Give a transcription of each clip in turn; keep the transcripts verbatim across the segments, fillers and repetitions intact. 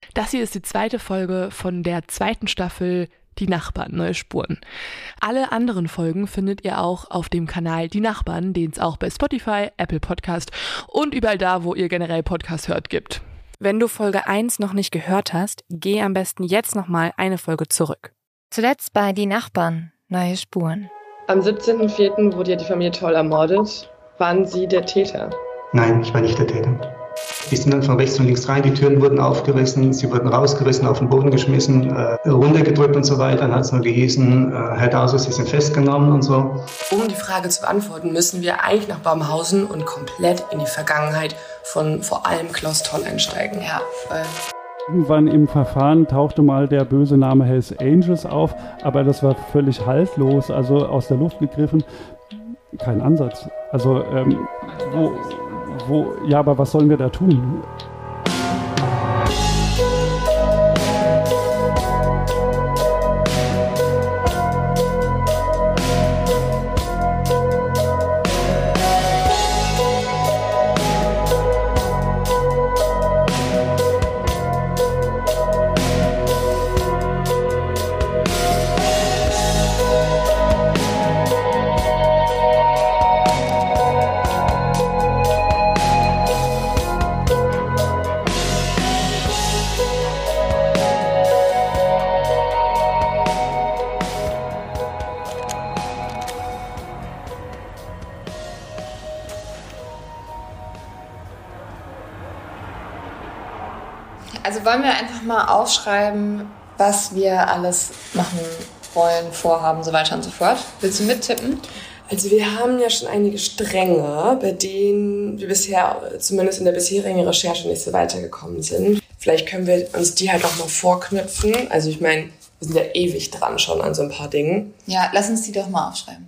Das hier ist die zweite Folge von der zweiten Staffel Die Nachbarn, neue Spuren. Alle anderen Folgen findet ihr auch auf dem Kanal Die Nachbarn, den es auch bei Spotify, Apple Podcast und überall da, wo ihr generell Podcast hört, gibt. Wenn du Folge eins noch nicht gehört hast, geh am besten jetzt nochmal eine Folge zurück. Zuletzt bei Die Nachbarn, neue Spuren. Am siebzehnten vierten wurde ja die Familie Toll ermordet. Waren Sie der Täter? Nein, ich war nicht der Täter. Die sind dann von rechts und links rein, die Türen wurden aufgerissen, sie wurden rausgerissen, auf den Boden geschmissen, äh, runtergedrückt und so weiter. Dann hat es nur gehießen, äh, Herr Daso, Sie sind festgenommen und so. Um die Frage zu beantworten, müssen wir eigentlich nach Babenhausen und komplett in die Vergangenheit von vor allem Klaus Toll einsteigen. Ja, weil Irgendwann im Verfahren tauchte mal der böse Name Hells Angels auf, aber das war völlig haltlos, also aus der Luft gegriffen. Kein Ansatz. Also, ähm, wo, wo, ja, aber was sollen wir da tun? Also wollen wir einfach mal aufschreiben, was wir alles machen wollen, vorhaben, so weiter und so fort. Willst du mittippen? Also wir haben ja schon einige Stränge, bei denen wir bisher, zumindest in der bisherigen Recherche, nicht so weitergekommen sind. Vielleicht können wir uns die halt auch mal vorknüpfen. Also ich meine, wir sind ja ewig dran schon an so ein paar Dingen. Ja, lass uns die doch mal aufschreiben.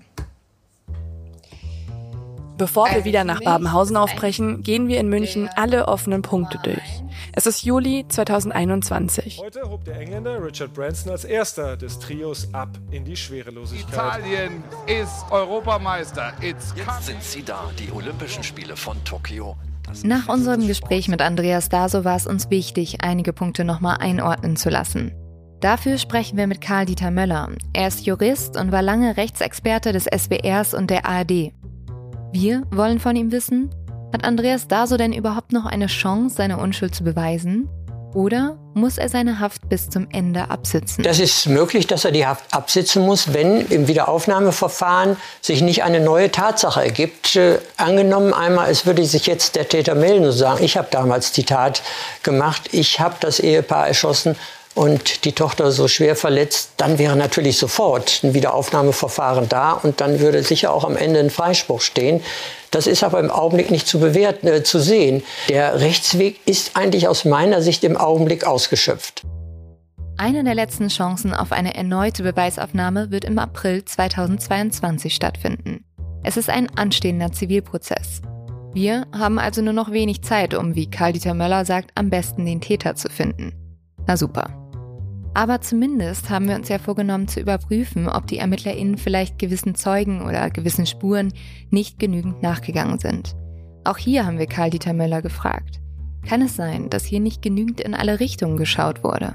Bevor wir wieder nach Babenhausen aufbrechen, gehen wir in München alle offenen Punkte durch. Es ist Juli zweitausendeinundzwanzig. Heute hob der Engländer Richard Branson als erster des Trios ab in die Schwerelosigkeit. Italien ist Europameister. It's Jetzt sind sie da, die Olympischen Spiele von Tokio. Nach unserem Gespräch mit Andreas Daso war es uns wichtig, einige Punkte nochmal einordnen zu lassen. Dafür sprechen wir mit Karl-Dieter Möller. Er ist Jurist und war lange Rechtsexperte des S W Rs und der A R D. Wir wollen von ihm wissen, hat Andreas Daso denn überhaupt noch eine Chance, seine Unschuld zu beweisen? Oder muss er seine Haft bis zum Ende absitzen? Das ist möglich, dass er die Haft absitzen muss, wenn im Wiederaufnahmeverfahren sich nicht eine neue Tatsache ergibt. Äh, angenommen einmal, es würde sich jetzt der Täter melden und sagen, ich habe damals die Tat gemacht, ich habe das Ehepaar erschossen und die Tochter so schwer verletzt, dann wäre natürlich sofort ein Wiederaufnahmeverfahren da und dann würde sicher auch am Ende ein Freispruch stehen. Das ist aber im Augenblick nicht zu bewerten, äh, zu sehen. Der Rechtsweg ist eigentlich aus meiner Sicht im Augenblick ausgeschöpft. Eine der letzten Chancen auf eine erneute Beweisaufnahme wird im April zweitausendzweiundzwanzig stattfinden. Es ist ein anstehender Zivilprozess. Wir haben also nur noch wenig Zeit, um, wie Karl-Dieter Möller sagt, am besten den Täter zu finden. Na super. Aber zumindest haben wir uns ja vorgenommen zu überprüfen, ob die ErmittlerInnen vielleicht gewissen Zeugen oder gewissen Spuren nicht genügend nachgegangen sind. Auch hier haben wir Karl-Dieter Möller gefragt. Kann es sein, dass hier nicht genügend in alle Richtungen geschaut wurde?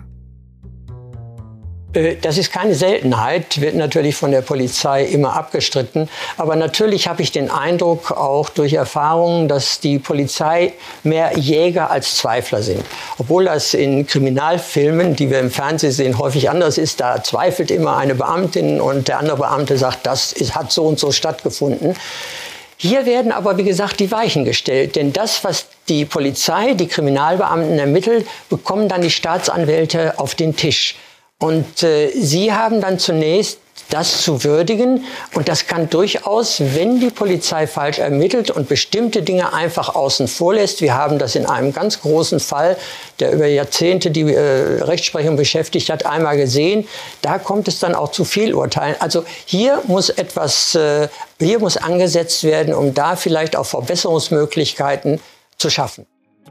Das ist keine Seltenheit, wird natürlich von der Polizei immer abgestritten. Aber natürlich habe ich den Eindruck, auch durch Erfahrungen, dass die Polizei mehr Jäger als Zweifler sind. Obwohl das in Kriminalfilmen, die wir im Fernsehen sehen, häufig anders ist. Da zweifelt immer eine Beamtin und der andere Beamte sagt, das ist, hat so und so stattgefunden. Hier werden aber, wie gesagt, die Weichen gestellt. Denn das, was die Polizei, die Kriminalbeamten ermittelt, bekommen dann die Staatsanwälte auf den Tisch. Und äh, sie haben dann zunächst das zu würdigen. Und das kann durchaus, wenn die Polizei falsch ermittelt und bestimmte Dinge einfach außen vor lässt. Wir haben das in einem ganz großen Fall, der über Jahrzehnte die äh, Rechtsprechung beschäftigt hat, einmal gesehen. Da kommt es dann auch zu Fehlurteilen. Also hier muss etwas, äh, hier muss angesetzt werden, um da vielleicht auch Verbesserungsmöglichkeiten zu schaffen.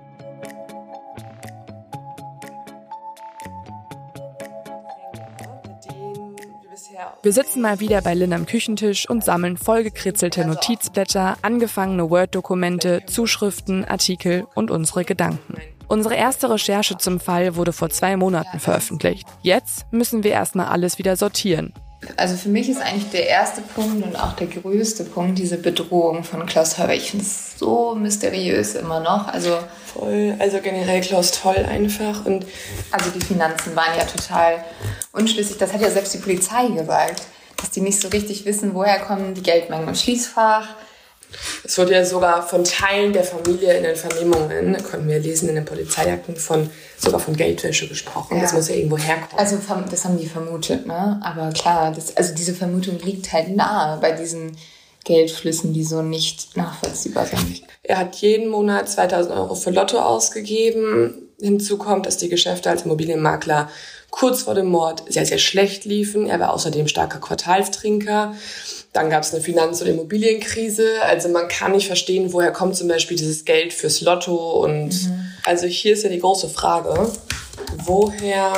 Wir sitzen mal wieder bei Lynn am Küchentisch und sammeln vollgekritzelte Notizblätter, angefangene Word-Dokumente, Zuschriften, Artikel und unsere Gedanken. Unsere erste Recherche zum Fall wurde vor zwei Monaten veröffentlicht. Jetzt müssen wir erstmal alles wieder sortieren. Also für mich ist eigentlich der erste Punkt und auch der größte Punkt diese Bedrohung von Klaus Toll. Ich finde es so mysteriös immer noch. Also voll, also generell Klaus Toll einfach. Und also die Finanzen waren ja total unschlüssig. Das hat ja selbst die Polizei gesagt, dass die nicht so richtig wissen, woher kommen die Geldmengen im Schließfach. Es wurde ja sogar von Teilen der Familie in den Vernehmungen, konnten wir lesen in den Polizeiakten, von, sogar von Geldwäsche gesprochen. Ja. Das muss ja irgendwo herkommen. Also das haben die vermutet, ne? Aber klar, das, also diese Vermutung liegt halt nahe bei diesen Geldflüssen, die so nicht nachvollziehbar sind. Er hat jeden Monat zweitausend Euro für Lotto ausgegeben. Hinzu kommt, dass die Geschäfte als Immobilienmakler kurz vor dem Mord sehr, sehr schlecht liefen. Er war außerdem starker Quartalstrinker. Dann gab es eine Finanz- und Immobilienkrise. Also man kann nicht verstehen, woher kommt zum Beispiel dieses Geld fürs Lotto. Und mhm. also hier ist ja die große Frage, woher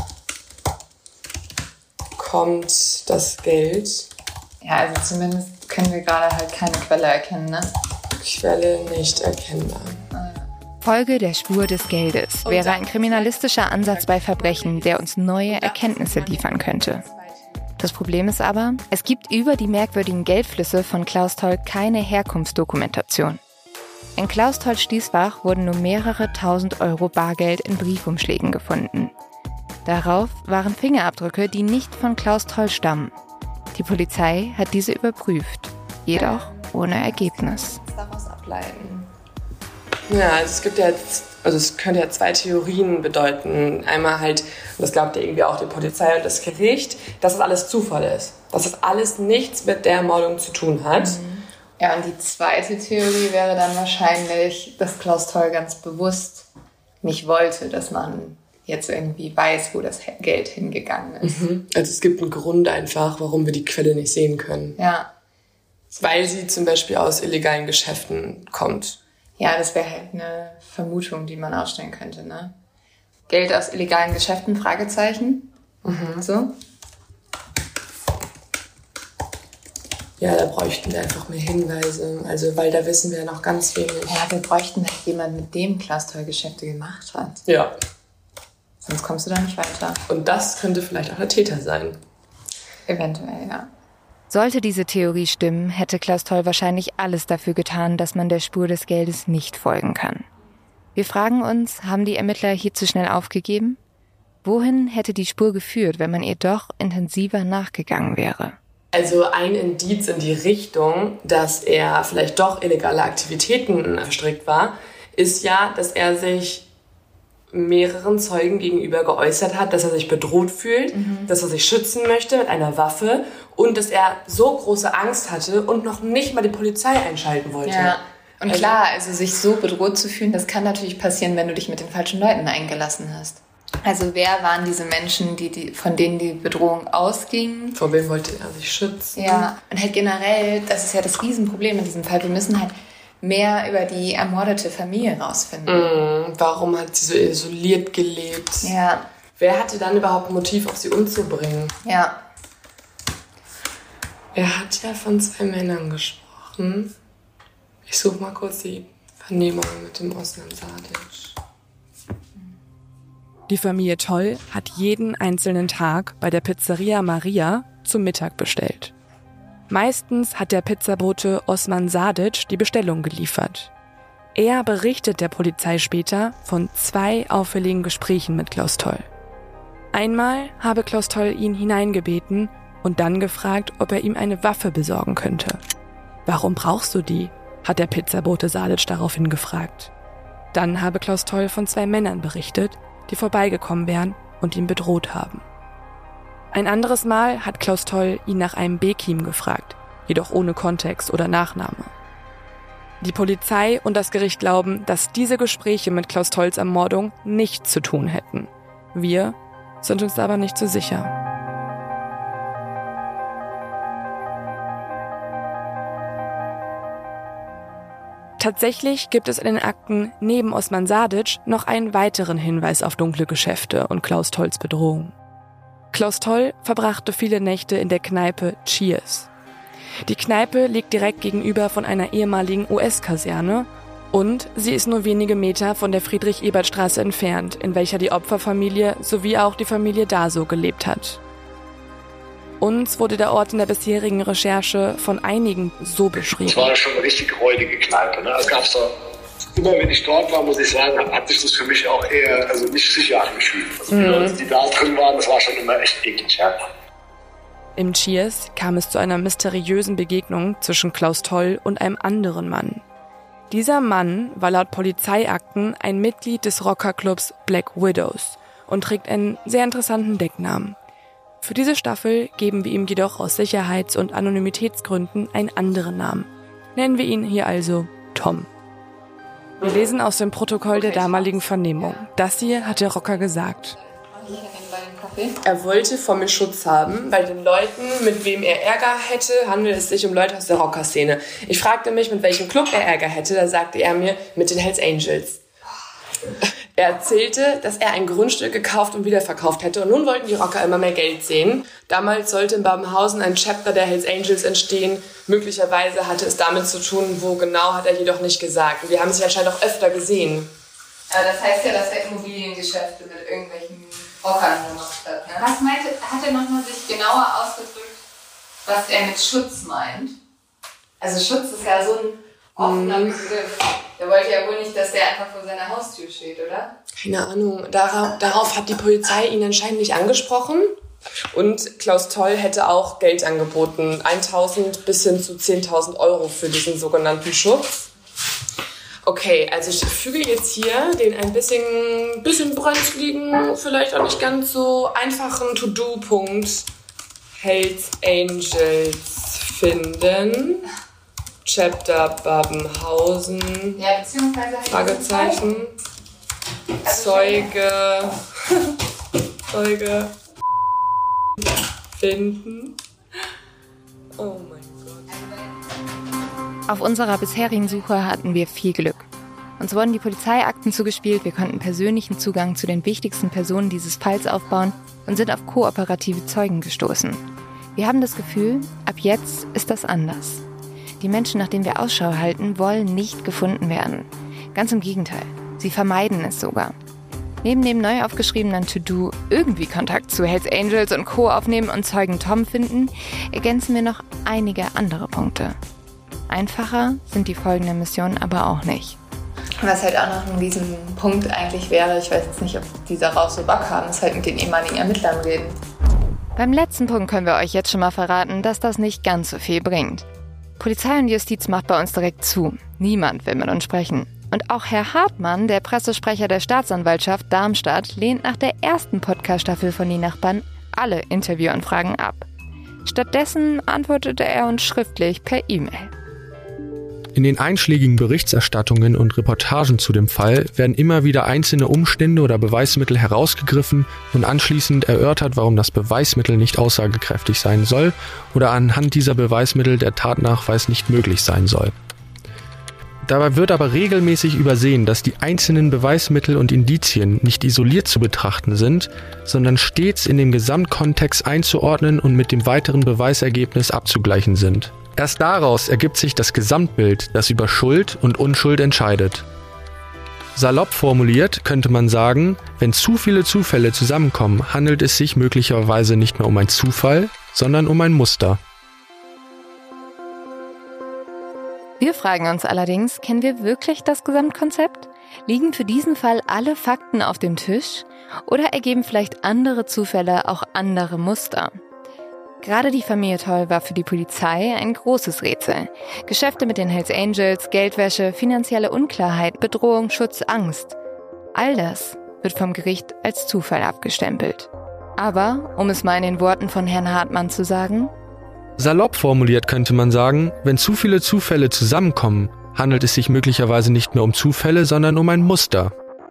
kommt das Geld? Ja, also zumindest können wir gerade halt keine Quelle erkennen, ne? Quelle nicht erkennbar. Folge der Spur des Geldes wäre ein kriminalistischer Ansatz bei Verbrechen, der uns neue Erkenntnisse liefern könnte. Das Problem ist aber, es gibt über die merkwürdigen Geldflüsse von Klaus Toll keine Herkunftsdokumentation. In Klaus Tolls Schließfach wurden nur mehrere tausend Euro Bargeld in Briefumschlägen gefunden. Darauf waren Fingerabdrücke, die nicht von Klaus Toll stammen. Die Polizei hat diese überprüft, jedoch ohne Ergebnis. Daraus ableiten. Ja, also es gibt ja jetzt, also es könnte ja zwei Theorien bedeuten. Einmal halt, und das glaubt ja irgendwie auch die Polizei und das Gericht, dass das alles Zufall ist. Dass das alles nichts mit der Ermordung zu tun hat. Mhm. Ja, und die zweite Theorie wäre dann wahrscheinlich, dass Klaus Toll ganz bewusst nicht wollte, dass man jetzt irgendwie weiß, wo das Geld hingegangen ist. Mhm. Also es gibt einen Grund einfach, warum wir die Quelle nicht sehen können. Ja. Weil sie zum Beispiel aus illegalen Geschäften kommt. Ja, das wäre halt eine Vermutung, die man ausstellen könnte, ne? Geld aus illegalen Geschäften, Fragezeichen. Mhm. So. Ja, da bräuchten wir einfach mehr Hinweise. Also, weil da wissen wir ja noch ganz wenig. Ja, wir bräuchten halt jemanden, mit dem Klaus Toll Geschäfte gemacht hat. Ja. Sonst kommst du da nicht weiter. Und das könnte vielleicht auch der Täter sein. Eventuell, ja. Sollte diese Theorie stimmen, hätte Klaus Toll wahrscheinlich alles dafür getan, dass man der Spur des Geldes nicht folgen kann. Wir fragen uns, haben die Ermittler hier zu schnell aufgegeben? Wohin hätte die Spur geführt, wenn man ihr doch intensiver nachgegangen wäre? Also ein Indiz in die Richtung, dass er vielleicht doch illegale Aktivitäten verstrickt war, ist ja, dass er sich mehreren Zeugen gegenüber geäußert hat, dass er sich bedroht fühlt, mhm. dass er sich schützen möchte mit einer Waffe und dass er so große Angst hatte und noch nicht mal die Polizei einschalten wollte. Ja. Und also, klar, also sich so bedroht zu fühlen, das kann natürlich passieren, wenn du dich mit den falschen Leuten eingelassen hast. Also wer waren diese Menschen, die, die, von denen die Bedrohung ausging? Vor wem wollte er sich schützen? Ja, und halt generell, das ist ja das Riesenproblem in diesem Fall, wir müssen halt mehr über die ermordete Familie rausfinden. Mm, warum hat sie so isoliert gelebt? Ja. Wer hatte dann überhaupt ein Motiv, auch sie umzubringen? Ja. Er hat ja von zwei Männern gesprochen. Ich suche mal kurz die Vernehmung mit dem Osman Sadic. Die Familie Toll hat jeden einzelnen Tag bei der Pizzeria Maria zum Mittag bestellt. Meistens hat der Pizzabote Osman Sadic die Bestellung geliefert. Er berichtet der Polizei später von zwei auffälligen Gesprächen mit Klaus Toll. Einmal habe Klaus Toll ihn hineingebeten und dann gefragt, ob er ihm eine Waffe besorgen könnte. »Warum brauchst du die?« hat der Pizzabote Sadic daraufhin gefragt. Dann habe Klaus Toll von zwei Männern berichtet, die vorbeigekommen wären und ihn bedroht haben. Ein anderes Mal hat Klaus Toll ihn nach einem Bekim gefragt, jedoch ohne Kontext oder Nachname. Die Polizei und das Gericht glauben, dass diese Gespräche mit Klaus Tolls Ermordung nichts zu tun hätten. Wir sind uns aber nicht so sicher. Tatsächlich gibt es in den Akten neben Osman Sadic noch einen weiteren Hinweis auf dunkle Geschäfte und Klaus Tolls Bedrohung. Klaus Toll verbrachte viele Nächte in der Kneipe Cheers. Die Kneipe liegt direkt gegenüber von einer ehemaligen U S-Kaserne Und sie ist nur wenige Meter von der Friedrich-Ebert-Straße entfernt, in welcher die Opferfamilie sowie auch die Familie Daso gelebt hat. Uns wurde der Ort in der bisherigen Recherche von einigen so beschrieben. Es war schon eine richtig räudige Kneipe. Ne? Es gab's da, immer wenn ich dort war, muss ich sagen, hat sich das für mich auch eher also nicht sicher angefühlt. Also die mhm. Leute, die da drin waren, das war schon immer echt eklig. Ja. Im Cheers kam es zu einer mysteriösen Begegnung zwischen Klaus Toll und einem anderen Mann. Dieser Mann war laut Polizeiakten ein Mitglied des Rockerclubs Black Widows und trägt einen sehr interessanten Decknamen. Für diese Staffel geben wir ihm jedoch aus Sicherheits- und Anonymitätsgründen einen anderen Namen. Nennen wir ihn hier also Tom. Wir lesen aus dem Protokoll der damaligen Vernehmung. Das hier hat der Rocker gesagt. Er wollte vor mir Schutz haben. Bei den Leuten, mit wem er Ärger hätte, handelt es sich um Leute aus der Rockerszene. Ich fragte mich, mit welchem Club er Ärger hätte. Da sagte er mir, mit den Hells Angels. Er erzählte, dass er ein Grundstück gekauft und wiederverkauft hätte. Und nun wollten die Rocker immer mehr Geld sehen. Damals sollte in Babenhausen ein Chapter der Hells Angels entstehen. Möglicherweise hatte es damit zu tun, wo genau, hat er jedoch nicht gesagt. Und wir haben sich anscheinend auch öfter gesehen. Aber das heißt ja, dass er Immobiliengeschäfte mit irgendwelchen Rockern gemacht hat. Ne? Was meinte, hat er nochmal sich genauer ausgedrückt, was er mit Schutz meint? Also Schutz ist ja so ein offener mm. Begriff. Der wollte ja wohl nicht, dass der einfach vor seiner Haustür steht, oder? Keine Ahnung. Darauf, darauf hat die Polizei ihn anscheinend nicht angesprochen. Und Klaus Toll hätte auch Geld angeboten. eintausend bis hin zu zehntausend Euro für diesen sogenannten Schutz. Okay, also ich füge jetzt hier den ein bisschen, bisschen brenzligen, vielleicht auch nicht ganz so einfachen To-Do-Punkt Hells Angels finden. Chapter Babenhausen. Ja, beziehungsweise Fragezeichen. Zeuge. Zeuge. Finden. Oh mein Gott. Auf unserer bisherigen Suche hatten wir viel Glück. Uns wurden die Polizeiakten zugespielt, wir konnten persönlichen Zugang zu den wichtigsten Personen dieses Falls aufbauen und sind auf kooperative Zeugen gestoßen. Wir haben das Gefühl, ab jetzt ist das anders. Die Menschen, nach denen wir Ausschau halten, wollen nicht gefunden werden. Ganz im Gegenteil, sie vermeiden es sogar. Neben dem neu aufgeschriebenen To-Do irgendwie Kontakt zu Hells Angels und Co. aufnehmen und Zeugen Tom finden, ergänzen wir noch einige andere Punkte. Einfacher sind die folgenden Missionen aber auch nicht. Was halt auch noch ein Riesenpunkt eigentlich wäre, ich weiß jetzt nicht, ob die darauf so Bock haben, ist halt mit den ehemaligen Ermittlern reden. Beim letzten Punkt können wir euch jetzt schon mal verraten, dass das nicht ganz so viel bringt. Polizei und Justiz macht bei uns direkt zu. Niemand will mit uns sprechen. Und auch Herr Hartmann, der Pressesprecher der Staatsanwaltschaft Darmstadt, lehnt nach der ersten Podcast-Staffel von Die Nachbarn alle Interviewanfragen ab. Stattdessen antwortete er uns schriftlich per E-Mail. In den einschlägigen Berichterstattungen und Reportagen zu dem Fall werden immer wieder einzelne Umstände oder Beweismittel herausgegriffen und anschließend erörtert, warum das Beweismittel nicht aussagekräftig sein soll oder anhand dieser Beweismittel der Tatnachweis nicht möglich sein soll. Dabei wird aber regelmäßig übersehen, dass die einzelnen Beweismittel und Indizien nicht isoliert zu betrachten sind, sondern stets in dem Gesamtkontext einzuordnen und mit dem weiteren Beweisergebnis abzugleichen sind. Erst daraus ergibt sich das Gesamtbild, das über Schuld und Unschuld entscheidet. Salopp formuliert könnte man sagen, wenn zu viele Zufälle zusammenkommen, handelt es sich möglicherweise nicht mehr um einen Zufall, sondern um ein Muster. Wir fragen uns allerdings, kennen wir wirklich das Gesamtkonzept? Liegen für diesen Fall alle Fakten auf dem Tisch? Oder ergeben vielleicht andere Zufälle auch andere Muster? Gerade die Familie Toll war für die Polizei ein großes Rätsel. Geschäfte mit den Hells Angels, Geldwäsche, finanzielle Unklarheit, Bedrohung, Schutz, Angst. All das wird vom Gericht als Zufall abgestempelt. Aber, um es mal in den Worten von Herrn Hartmann zu sagen: Salopp formuliert könnte man sagen, wenn zu viele Zufälle zusammenkommen, handelt es sich möglicherweise nicht mehr um Zufälle, sondern um ein Muster.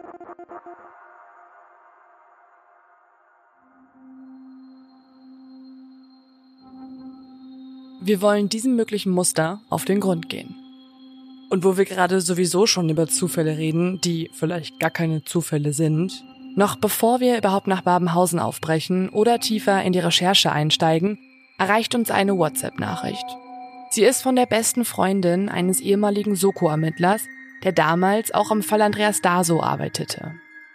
Wir wollen diesem möglichen Muster auf den Grund gehen. Und wo wir gerade sowieso schon über Zufälle reden, die vielleicht gar keine Zufälle sind, noch bevor wir überhaupt nach Babenhausen aufbrechen oder tiefer in die Recherche einsteigen, erreicht uns eine WhatsApp-Nachricht. Sie ist von der besten Freundin eines ehemaligen Soko-Ermittlers, der damals auch am Fall Andreas Daso arbeitete.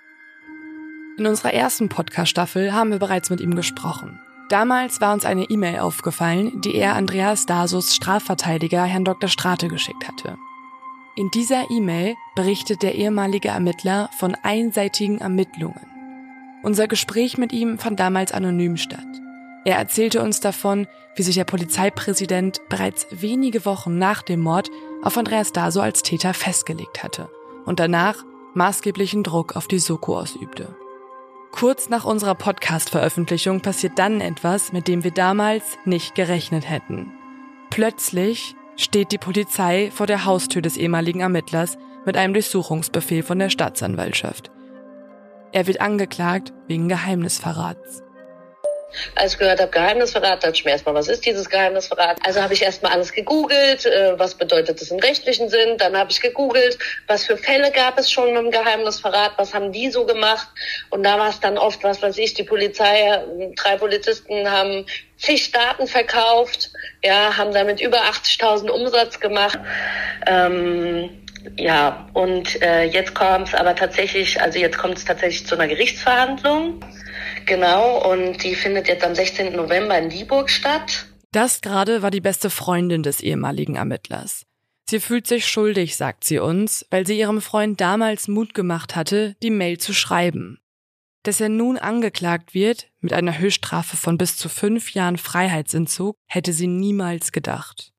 In unserer ersten Podcast-Staffel haben wir bereits mit ihm gesprochen. Damals war uns eine E-Mail aufgefallen, die er Andreas Dasos Strafverteidiger Herrn Doktor Strate geschickt hatte. In dieser E-Mail berichtet der ehemalige Ermittler von einseitigen Ermittlungen. Unser Gespräch mit ihm fand damals anonym statt. Er erzählte uns davon, wie sich der Polizeipräsident bereits wenige Wochen nach dem Mord auf Andreas Daso als Täter festgelegt hatte und danach maßgeblichen Druck auf die Soko ausübte. Kurz nach unserer Podcast-Veröffentlichung passiert dann etwas, mit dem wir damals nicht gerechnet hätten. Plötzlich steht die Polizei vor der Haustür des ehemaligen Ermittlers mit einem Durchsuchungsbefehl von der Staatsanwaltschaft. Er wird angeklagt wegen Geheimnisverrats. Als ich gehört habe, Geheimnisverrat, dachte ich mir erstmal, was ist dieses Geheimnisverrat? Also habe ich erstmal alles gegoogelt, äh, was bedeutet das im rechtlichen Sinn? Dann habe ich gegoogelt, was für Fälle gab es schon mit dem Geheimnisverrat, was haben die so gemacht? Und da war es dann oft, was weiß ich, die Polizei, drei Polizisten haben zig Daten verkauft, ja, haben damit über achtzigtausend Umsatz gemacht. Ähm, ja, und äh, jetzt kommt es aber tatsächlich, also jetzt kommt es tatsächlich zu einer Gerichtsverhandlung. Genau, und die findet jetzt am sechzehnten November in Dieburg statt. Das gerade war die beste Freundin des ehemaligen Ermittlers. Sie fühlt sich schuldig, sagt sie uns, weil sie ihrem Freund damals Mut gemacht hatte, die Mail zu schreiben. Dass er nun angeklagt wird, mit einer Höchststrafe von bis zu fünf Jahren Freiheitsentzug, hätte sie niemals gedacht.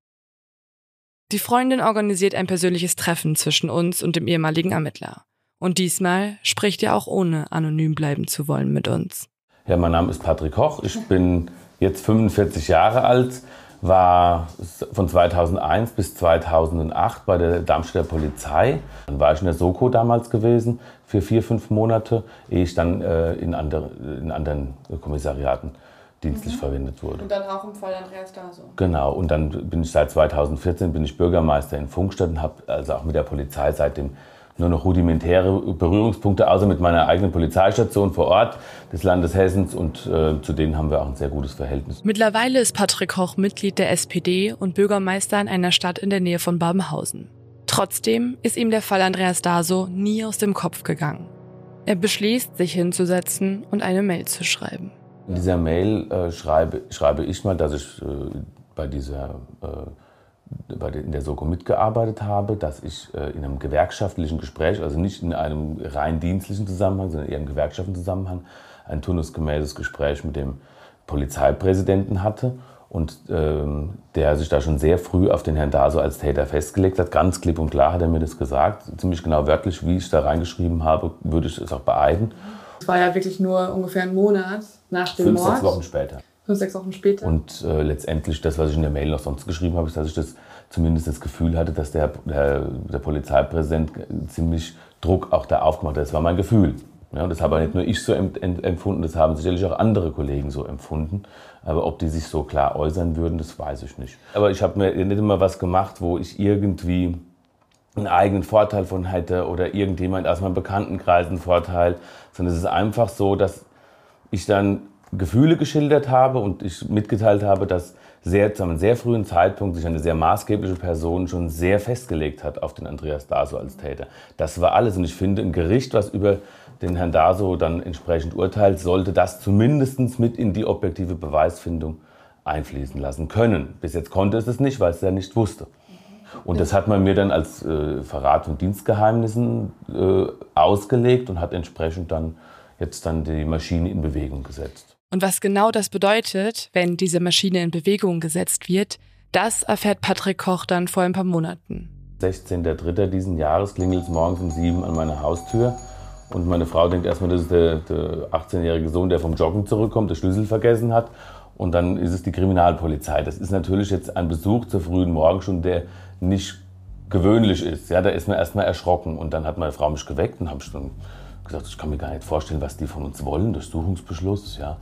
Die Freundin organisiert ein persönliches Treffen zwischen uns und dem ehemaligen Ermittler. Und diesmal spricht er auch ohne anonym bleiben zu wollen mit uns. Ja, mein Name ist Patrick Koch. Ich bin jetzt fünfundvierzig Jahre alt, war von zweitausendeins bis zweitausendacht bei der Darmstädter Polizei. Dann war ich in der Soko damals gewesen für vier, fünf Monate, ehe ich dann äh, in, andere, in anderen Kommissariaten dienstlich mhm. verwendet wurde. Und dann auch im Fall Andreas Daso. Genau, und dann bin ich seit zweitausendvierzehn bin ich Bürgermeister in Pfungstadt und habe also auch mit der Polizei seitdem nur noch rudimentäre Berührungspunkte, außer mit meiner eigenen Polizeistation vor Ort des Landes Hessens, und äh, zu denen haben wir auch ein sehr gutes Verhältnis. Mittlerweile ist Patrick Koch Mitglied der S P D und Bürgermeister in einer Stadt in der Nähe von Babenhausen. Trotzdem ist ihm der Fall Andreas Daso nie aus dem Kopf gegangen. Er beschließt, sich hinzusetzen und eine Mail zu schreiben. In dieser Mail äh, schreibe, schreibe ich mal, dass ich äh, bei dieser äh, in der Soko mitgearbeitet habe, dass ich äh, in einem gewerkschaftlichen Gespräch, also nicht in einem rein dienstlichen Zusammenhang, sondern eher im gewerkschaftlichen Zusammenhang, ein turnusgemäßes Gespräch mit dem Polizeipräsidenten hatte und ähm, der sich da schon sehr früh auf den Herrn Daso als Täter festgelegt hat. Ganz klipp und klar hat er mir das gesagt, ziemlich genau wörtlich, wie ich da reingeschrieben habe, würde ich es auch beeiden. Es war ja wirklich nur ungefähr einen Monat nach dem Fünf, Mord. sechs Wochen später. Fünf, sechs Wochen später. Und äh, letztendlich das, was ich in der Mail noch sonst geschrieben habe, ist, dass ich das zumindest das Gefühl hatte, dass der, der, der Polizeipräsident ziemlich Druck auch da aufgemacht hat. Das war mein Gefühl. Ja, und das habe nicht nur ich so empfunden, das haben sicherlich auch andere Kollegen so empfunden. Aber ob die sich so klar äußern würden, das weiß ich nicht. Aber ich habe mir nicht immer was gemacht, wo ich irgendwie einen eigenen Vorteil von hätte oder irgendjemand aus meinem Bekanntenkreis einen Vorteil. Sondern es ist einfach so, dass ich dann Gefühle geschildert habe und ich mitgeteilt habe, dass sehr, zu einem sehr frühen Zeitpunkt sich eine sehr maßgebliche Person schon sehr festgelegt hat auf den Andreas Daso als Täter. Das war alles. Und ich finde, ein Gericht, was über den Herrn Daso dann entsprechend urteilt, sollte das zumindest mit in die objektive Beweisfindung einfließen lassen können. Bis jetzt konnte es es nicht, weil es ja nicht wusste. Und das hat man mir dann als äh, Verrat von Dienstgeheimnissen äh, ausgelegt und hat entsprechend dann jetzt dann die Maschine in Bewegung gesetzt. Und was genau das bedeutet, wenn diese Maschine in Bewegung gesetzt wird, das erfährt Patrick Koch dann vor ein paar Monaten. sechzehnter dritter diesen Jahres klingelt es morgens um sieben an meiner Haustür. Und meine Frau denkt erstmal, das ist der, der achtzehnjährige Sohn, der vom Joggen zurückkommt, der Schlüssel vergessen hat. Und dann ist es die Kriminalpolizei. Das ist natürlich jetzt ein Besuch zur frühen Morgenstunde, der nicht gewöhnlich ist. Ja, da ist man erstmal erschrocken. Und dann hat meine Frau mich geweckt und habe ich dann gesagt, ich kann mir gar nicht vorstellen, was die von uns wollen, Durchsuchungsbeschluss. Ja.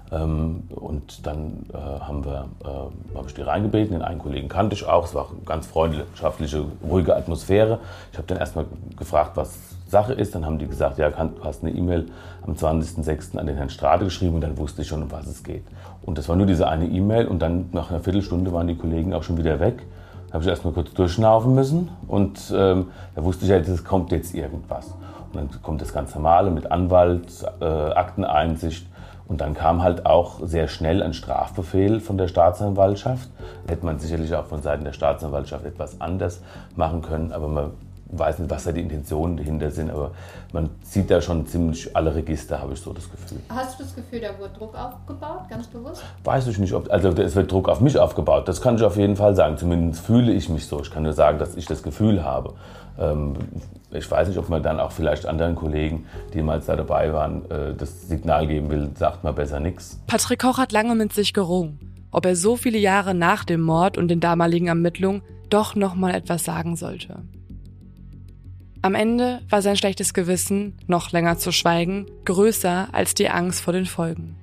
Und dann äh, haben wir, äh, habe ich die reingebeten, den einen Kollegen kannte ich auch, es war eine ganz freundschaftliche, ruhige Atmosphäre. Ich habe dann erstmal gefragt, was Sache ist, dann haben die gesagt, ja, du hast eine E-Mail am zwanzigsten sechsten an den Herrn Strate geschrieben und dann wusste ich schon, um was es geht. Und das war nur diese eine E-Mail und dann nach einer Viertelstunde waren die Kollegen auch schon wieder weg. habe ich erst mal kurz durchschnaufen müssen und ähm, da wusste ich ja, es kommt jetzt irgendwas. Und dann kommt das ganz Normale mit Anwalt, äh, Akteneinsicht und dann kam halt auch sehr schnell ein Strafbefehl von der Staatsanwaltschaft. Hätte man sicherlich auch von Seiten der Staatsanwaltschaft etwas anders machen können, aber man weiß nicht, was da die Intentionen dahinter sind, aber man sieht da schon ziemlich alle Register, habe ich so das Gefühl. Hast du das Gefühl, da wurde Druck aufgebaut, ganz bewusst? Weiß ich nicht, ob, also es wird Druck auf mich aufgebaut, das kann ich auf jeden Fall sagen, zumindest fühle ich mich so. Ich kann nur sagen, dass ich das Gefühl habe. Ähm, ich weiß nicht, ob man dann auch vielleicht anderen Kollegen, die mal da dabei waren, äh, das Signal geben will, sagt mal besser nichts. Patrick Koch hat lange mit sich gerungen, ob er so viele Jahre nach dem Mord und den damaligen Ermittlungen doch noch mal etwas sagen sollte. Am Ende war sein schlechtes Gewissen, noch länger zu schweigen, größer als die Angst vor den Folgen.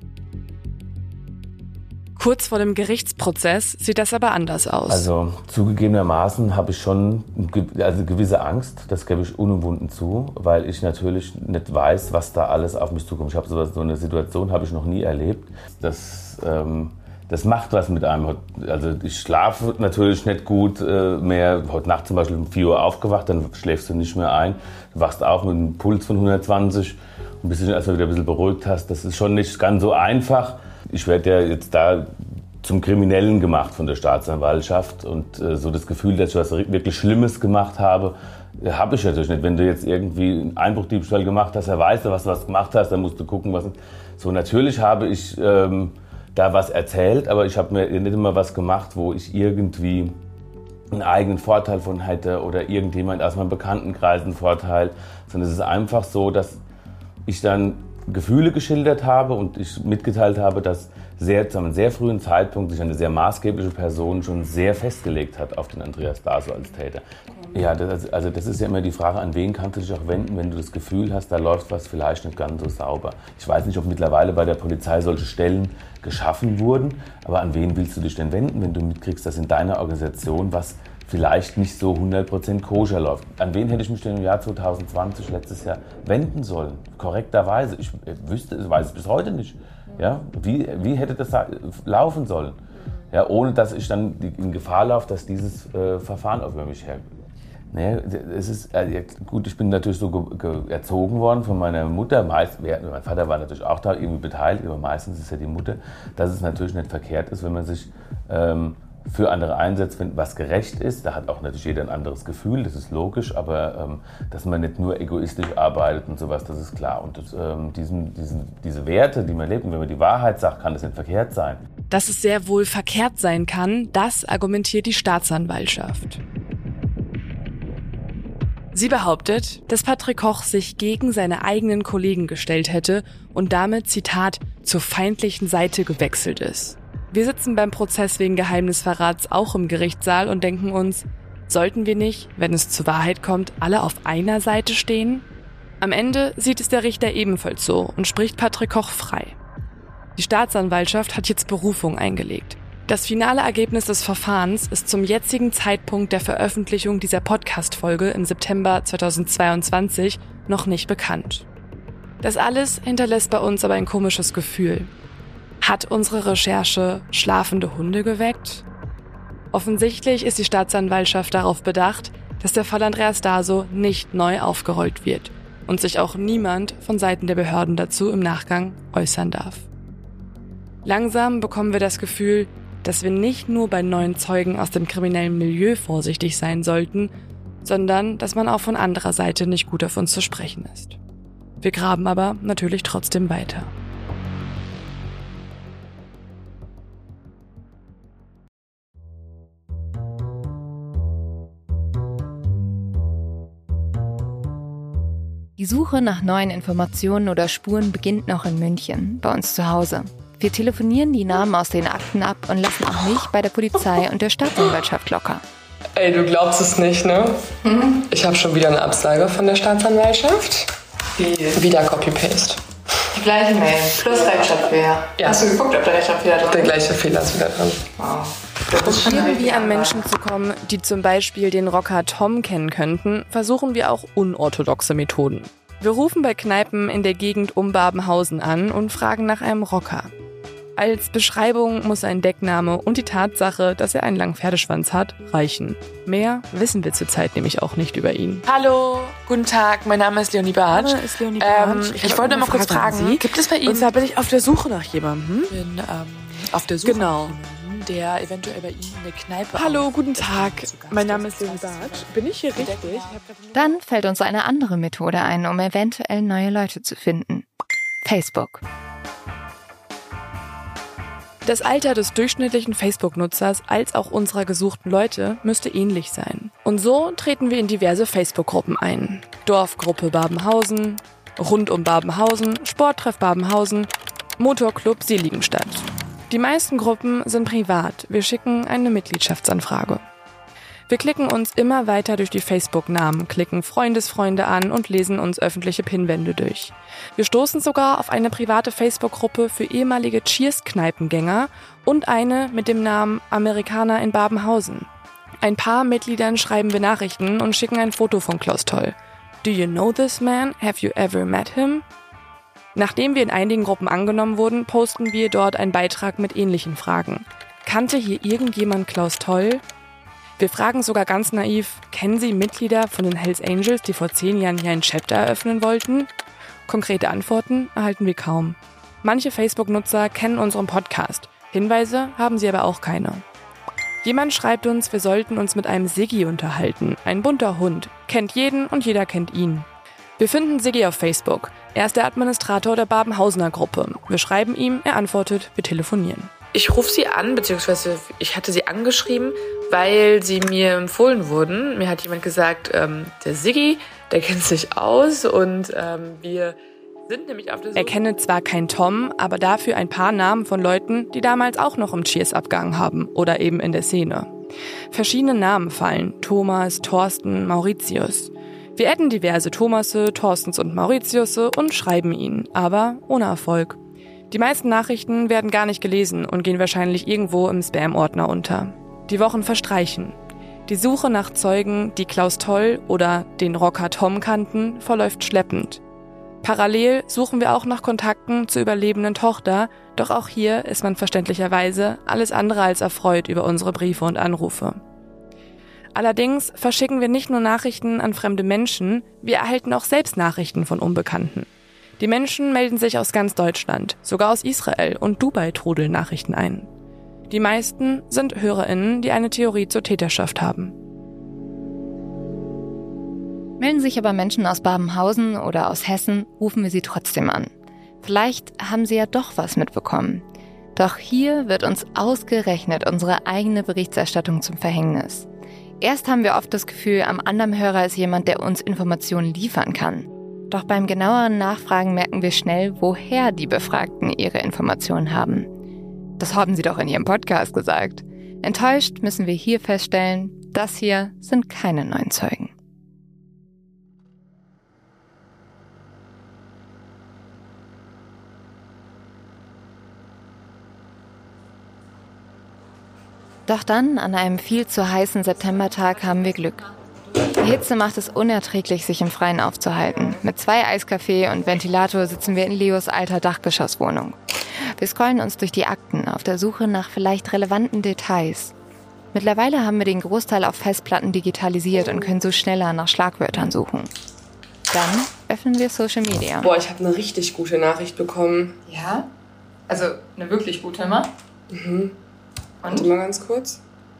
Kurz vor dem Gerichtsprozess sieht das aber anders aus. Also zugegebenermaßen habe ich schon also gewisse Angst, das gebe ich unumwunden zu, weil ich natürlich nicht weiß, was da alles auf mich zukommt. Ich habe so, so eine Situation habe ich noch nie erlebt. Das, ähm, das macht was mit einem. Also ich schlafe natürlich nicht gut äh, mehr. Heute Nacht zum Beispiel um vier Uhr aufgewacht, dann schläfst du nicht mehr ein. Du wachst auf mit einem Puls von hundertzwanzig und bis du dich erstmal wieder ein bisschen beruhigt hast. Das ist schon nicht ganz so einfach. Ich werde ja jetzt da zum Kriminellen gemacht von der Staatsanwaltschaft und äh, so das Gefühl, dass ich was wirklich Schlimmes gemacht habe, äh, habe ich natürlich nicht. Wenn du jetzt irgendwie einen Einbruchdiebstahl gemacht hast, er weiß, dass du was gemacht hast, dann musst du gucken, was... So, natürlich habe ich ähm, da was erzählt, aber ich habe mir nicht immer was gemacht, wo ich irgendwie einen eigenen Vorteil von hätte oder irgendjemand aus meinem Bekanntenkreis einen Vorteil, sondern es ist einfach so, dass ich dann Gefühle geschildert habe und ich mitgeteilt habe, dass sehr, zu einem sehr frühen Zeitpunkt sich eine sehr maßgebliche Person schon sehr festgelegt hat auf den Andreas Baso als Täter. Ja, das, also das ist ja immer die Frage, an wen kannst du dich auch wenden, wenn du das Gefühl hast, da läuft was vielleicht nicht ganz so sauber. Ich weiß nicht, ob mittlerweile bei der Polizei solche Stellen geschaffen wurden, aber an wen willst du dich denn wenden, wenn du mitkriegst, dass in deiner Organisation was vielleicht nicht so hundert Prozent koscher läuft. An wen hätte ich mich denn im Jahr zwanzig zwanzig, letztes Jahr, wenden sollen? Korrekterweise. Ich wüsste, ich weiß es bis heute nicht. Ja? Wie, wie hätte das laufen sollen? Ja, ohne dass ich dann in Gefahr laufe, dass dieses äh, Verfahren über mich hergeht. Naja, es ist, äh, gut, ich bin natürlich so ge- ge- erzogen worden von meiner Mutter. Meist, mein Vater war natürlich auch da irgendwie beteiligt, aber meistens ist ja die Mutter, dass es natürlich nicht verkehrt ist, wenn man sich ähm, für andere einsetzt, wenn was gerecht ist. Da hat auch natürlich jeder ein anderes Gefühl, das ist logisch, aber ähm, dass man nicht nur egoistisch arbeitet und sowas, das ist klar. Und das, ähm, diesen, diesen, diese Werte, die man lebt, und wenn man die Wahrheit sagt, kann das nicht verkehrt sein. Dass es sehr wohl verkehrt sein kann, das argumentiert die Staatsanwaltschaft. Sie behauptet, dass Patrick Koch sich gegen seine eigenen Kollegen gestellt hätte und damit, Zitat, zur feindlichen Seite gewechselt ist. Wir sitzen beim Prozess wegen Geheimnisverrats auch im Gerichtssaal und denken uns, sollten wir nicht, wenn es zur Wahrheit kommt, alle auf einer Seite stehen? Am Ende sieht es der Richter ebenfalls so und spricht Patrick Koch frei. Die Staatsanwaltschaft hat jetzt Berufung eingelegt. Das finale Ergebnis des Verfahrens ist zum jetzigen Zeitpunkt der Veröffentlichung dieser Podcast-Folge im September zweitausendzweiundzwanzig noch nicht bekannt. Das alles hinterlässt bei uns aber ein komisches Gefühl. Hat unsere Recherche schlafende Hunde geweckt? Offensichtlich ist die Staatsanwaltschaft darauf bedacht, dass der Fall Andreas Daso nicht neu aufgerollt wird und sich auch niemand von Seiten der Behörden dazu im Nachgang äußern darf. Langsam bekommen wir das Gefühl, dass wir nicht nur bei neuen Zeugen aus dem kriminellen Milieu vorsichtig sein sollten, sondern dass man auch von anderer Seite nicht gut auf uns zu sprechen ist. Wir graben aber natürlich trotzdem weiter. Die Suche nach neuen Informationen oder Spuren beginnt noch in München, bei uns zu Hause. Wir telefonieren die Namen aus den Akten ab und lassen auch mich bei der Polizei und der Staatsanwaltschaft locker. Ey, du glaubst es nicht, ne? Mhm. Ich habe schon wieder eine Absage von der Staatsanwaltschaft. Wie? Wieder Copy-Paste. Die gleiche Mail, plus Rechtschreibfehler. Ja. Hast du geguckt, ob der Rechtschreibfehler drin ist? Der gleiche Fehler ist wieder drin. Wow. Um irgendwie an Menschen zu kommen, die zum Beispiel den Rocker Tom kennen könnten, versuchen wir auch unorthodoxe Methoden. Wir rufen bei Kneipen in der Gegend um Babenhausen an und fragen nach einem Rocker. Als Beschreibung muss ein Deckname und die Tatsache, dass er einen langen Pferdeschwanz hat, reichen. Mehr wissen wir zurzeit nämlich auch nicht über ihn. Hallo, guten Tag, mein Name ist Leonie Bartsch. Mein Name ist Leonie Bartsch. Ähm, ich, ich wollte mal kurz fragen, fragen, gibt es bei Ihnen... Und zwar bin ich auf der Suche nach jemandem. Ich bin ähm, auf der Suche genau. nach jemandem, der eventuell bei Ihnen eine Kneipe... Hallo, guten Tag, mein Name ist Leonie Bartsch. Bin ich hier richtig? Dann fällt uns eine andere Methode ein, um eventuell neue Leute zu finden. Facebook. Das Alter des durchschnittlichen Facebook-Nutzers als auch unserer gesuchten Leute müsste ähnlich sein. Und so treten wir in diverse Facebook-Gruppen ein. Dorfgruppe Babenhausen, Rund um Babenhausen, Sporttreff Babenhausen, Motorclub Seligenstadt. Die meisten Gruppen sind privat. Wir schicken eine Mitgliedschaftsanfrage. Wir klicken uns immer weiter durch die Facebook-Namen, klicken Freundesfreunde an und lesen uns öffentliche Pinwände durch. Wir stoßen sogar auf eine private Facebook-Gruppe für ehemalige Cheers-Kneipengänger und eine mit dem Namen Amerikaner in Babenhausen. Ein paar Mitgliedern schreiben wir Nachrichten und schicken ein Foto von Klaus Toll. Do you know this man? Have you ever met him? Nachdem wir in einigen Gruppen angenommen wurden, posten wir dort einen Beitrag mit ähnlichen Fragen. Kannte hier irgendjemand Klaus Toll? Wir fragen sogar ganz naiv, kennen Sie Mitglieder von den Hells Angels, die vor zehn Jahren hier ein Chapter eröffnen wollten? Konkrete Antworten erhalten wir kaum. Manche Facebook-Nutzer kennen unseren Podcast. Hinweise haben sie aber auch keine. Jemand schreibt uns, wir sollten uns mit einem Siggi unterhalten. Ein bunter Hund. Kennt jeden und jeder kennt ihn. Wir finden Siggi auf Facebook. Er ist der Administrator der Babenhausener Gruppe. Wir schreiben ihm, er antwortet, wir telefonieren. Ich rufe Sie an, beziehungsweise ich hatte Sie angeschrieben, weil Sie mir empfohlen wurden. Mir hat jemand gesagt, ähm, der Siggi, der kennt sich aus und ähm, wir sind nämlich auf der Suche. Er kenne zwar keinen Tom, aber dafür ein paar Namen von Leuten, die damals auch noch im Cheers abgehangen haben oder eben in der Szene. Verschiedene Namen fallen, Thomas, Thorsten, Mauritius. Wir adden diverse Thomasse, Thorstens und Mauritiusse und schreiben ihnen, aber ohne Erfolg. Die meisten Nachrichten werden gar nicht gelesen und gehen wahrscheinlich irgendwo im Spam-Ordner unter. Die Wochen verstreichen. Die Suche nach Zeugen, die Klaus Toll oder den Rocker Tom kannten, verläuft schleppend. Parallel suchen wir auch nach Kontakten zur überlebenden Tochter, doch auch hier ist man verständlicherweise alles andere als erfreut über unsere Briefe und Anrufe. Allerdings verschicken wir nicht nur Nachrichten an fremde Menschen, wir erhalten auch selbst Nachrichten von Unbekannten. Die Menschen melden sich aus ganz Deutschland, sogar aus Israel und Dubai trudeln Nachrichten ein. Die meisten sind HörerInnen, die eine Theorie zur Täterschaft haben. Melden sich aber Menschen aus Babenhausen oder aus Hessen, rufen wir sie trotzdem an. Vielleicht haben sie ja doch was mitbekommen. Doch hier wird uns ausgerechnet unsere eigene Berichterstattung zum Verhängnis. Erst haben wir oft das Gefühl, am anderen Hörer ist jemand, der uns Informationen liefern kann. Doch beim genaueren Nachfragen merken wir schnell, woher die Befragten ihre Informationen haben. Das haben sie doch in ihrem Podcast gesagt. Enttäuscht müssen wir hier feststellen, das hier sind keine neuen Zeugen. Doch dann, an einem viel zu heißen Septembertag, haben wir Glück. Die Hitze macht es unerträglich, sich im Freien aufzuhalten. Mit zwei Eiskaffee und Ventilator sitzen wir in Leos alter Dachgeschosswohnung. Wir scrollen uns durch die Akten auf der Suche nach vielleicht relevanten Details. Mittlerweile haben wir den Großteil auf Festplatten digitalisiert und können so schneller nach Schlagwörtern suchen. Dann öffnen wir Social Media. Boah, ich habe eine richtig gute Nachricht bekommen. Ja? Also eine wirklich gute, immer? Mhm. Und? Warte mal ganz kurz.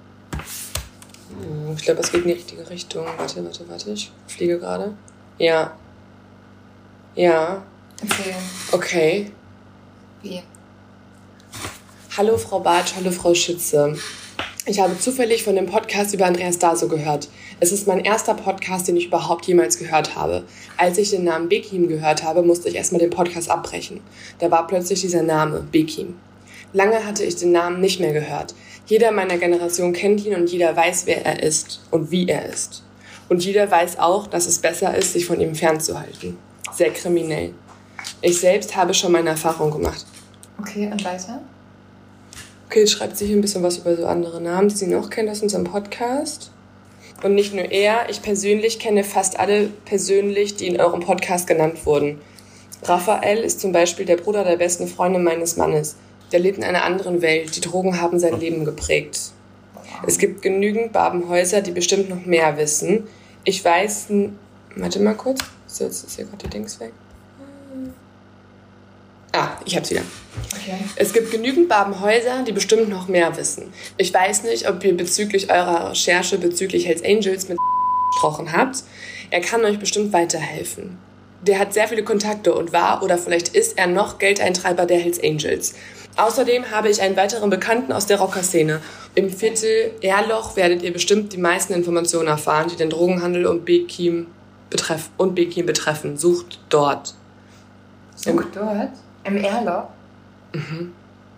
Ich glaube, es geht in die richtige Richtung. Warte, warte, warte. Ich fliege gerade. Ja. Ja. Erzähl. Okay. Wie? Hallo Frau Bartsch, hallo Frau Schütze. Ich habe zufällig von dem Podcast über Andreas Daso gehört. Es ist mein erster Podcast, den ich überhaupt jemals gehört habe. Als ich den Namen Bekim gehört habe, musste ich erstmal den Podcast abbrechen. Da war plötzlich dieser Name, Bekim. Lange hatte ich den Namen nicht mehr gehört. Jeder meiner Generation kennt ihn und jeder weiß, wer er ist und wie er ist. Und jeder weiß auch, dass es besser ist, sich von ihm fernzuhalten. Sehr kriminell. Ich selbst habe schon meine Erfahrung gemacht. Okay, und weiter? Okay, jetzt schreibt sie hier ein bisschen was über so andere Namen, die sie noch kennt aus unserem Podcast. Und nicht nur er, ich persönlich kenne fast alle persönlich, die in eurem Podcast genannt wurden. Raphael ist zum Beispiel der Bruder der besten Freundin meines Mannes. Der lebt in einer anderen Welt. Die Drogen haben sein Leben geprägt. Es gibt genügend Babenhäuser, die bestimmt noch mehr wissen. Ich weiß... N- Warte mal kurz. So, jetzt ist hier gerade die Dings weg. Ah, ich hab's wieder. Okay. Es gibt genügend Babenhäuser, die bestimmt noch mehr wissen. Ich weiß nicht, ob ihr bezüglich eurer Recherche bezüglich Hells Angels mit gesprochen habt. Er kann euch bestimmt weiterhelfen. Der hat sehr viele Kontakte und war oder vielleicht ist er noch Geldeintreiber der Hells Angels. Außerdem habe ich einen weiteren Bekannten aus der Rockerszene. Im Viertel Erloch werdet ihr bestimmt die meisten Informationen erfahren, die den Drogenhandel und Bekim betreff- und Bekim betreffen. Sucht dort. Sucht dort? Im Erloch? Mhm.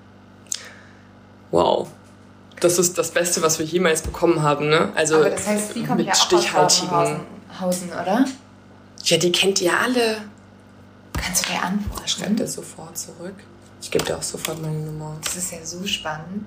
Wow. Das ist das Beste, was wir jemals bekommen haben, ne? Also aber das heißt, die kommt mit ja auch stichhaltigen. aus Babenhausen, oder? Ja, die kennt ihr alle. Kannst du dir antworten? Schreibt das sofort zurück. Ich gebe dir auch sofort meine Nummer. Das ist ja so spannend.